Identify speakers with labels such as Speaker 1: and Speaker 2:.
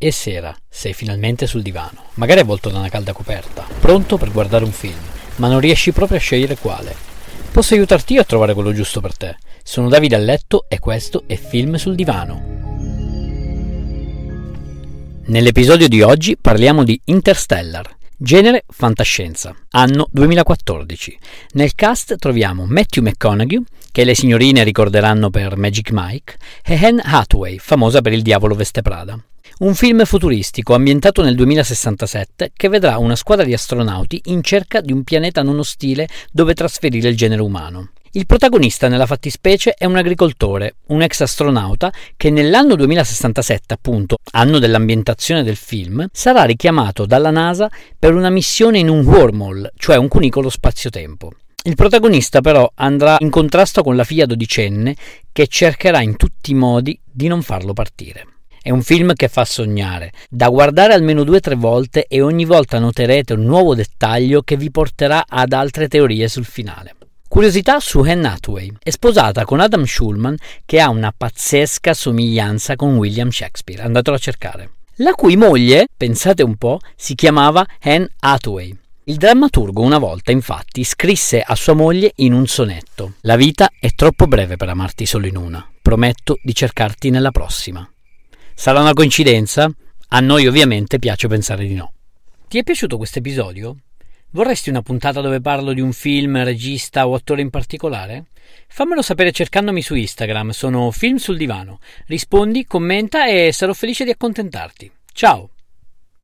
Speaker 1: È sera, sei finalmente sul divano, magari avvolto da una calda coperta, pronto per guardare un film, ma non riesci proprio a scegliere quale. Posso aiutarti io a trovare quello giusto per te. Sono Davide a letto e questo è Film sul divano. Nell'episodio di oggi parliamo di Interstellar, genere fantascienza, anno 2014. Nel cast troviamo Matthew McConaughey, che le signorine ricorderanno per Magic Mike, e Anne Hathaway, famosa per Il diavolo veste Prada. Un film futuristico ambientato nel 2067 che vedrà una squadra di astronauti in cerca di un pianeta non ostile dove trasferire il genere umano. Il protagonista nella fattispecie è un agricoltore, un ex astronauta che nell'anno 2067, appunto, anno dell'ambientazione del film, sarà richiamato dalla NASA per una missione in un wormhole, cioè un cunicolo spazio-tempo. Il protagonista però andrà in contrasto con la figlia dodicenne che cercherà in tutti i modi di non farlo partire. È un film che fa sognare, da guardare almeno 2 o 3 volte e ogni volta noterete un nuovo dettaglio che vi porterà ad altre teorie sul finale. Curiosità su Anne Hathaway, è sposata con Adam Schulman che ha una pazzesca somiglianza con William Shakespeare, andatelo a cercare. La cui moglie, pensate un po', si chiamava Anne Hathaway. Il drammaturgo una volta infatti scrisse a sua moglie in un sonetto: «La vita è troppo breve per amarti solo in una, prometto di cercarti nella prossima». Sarà una coincidenza? A noi ovviamente piace pensare di no. Ti è piaciuto questo episodio? Vorresti una puntata dove parlo di un film, regista o attore in particolare? Fammelo sapere cercandomi su Instagram, sono Film sul divano. Rispondi, commenta e sarò felice di accontentarti. Ciao!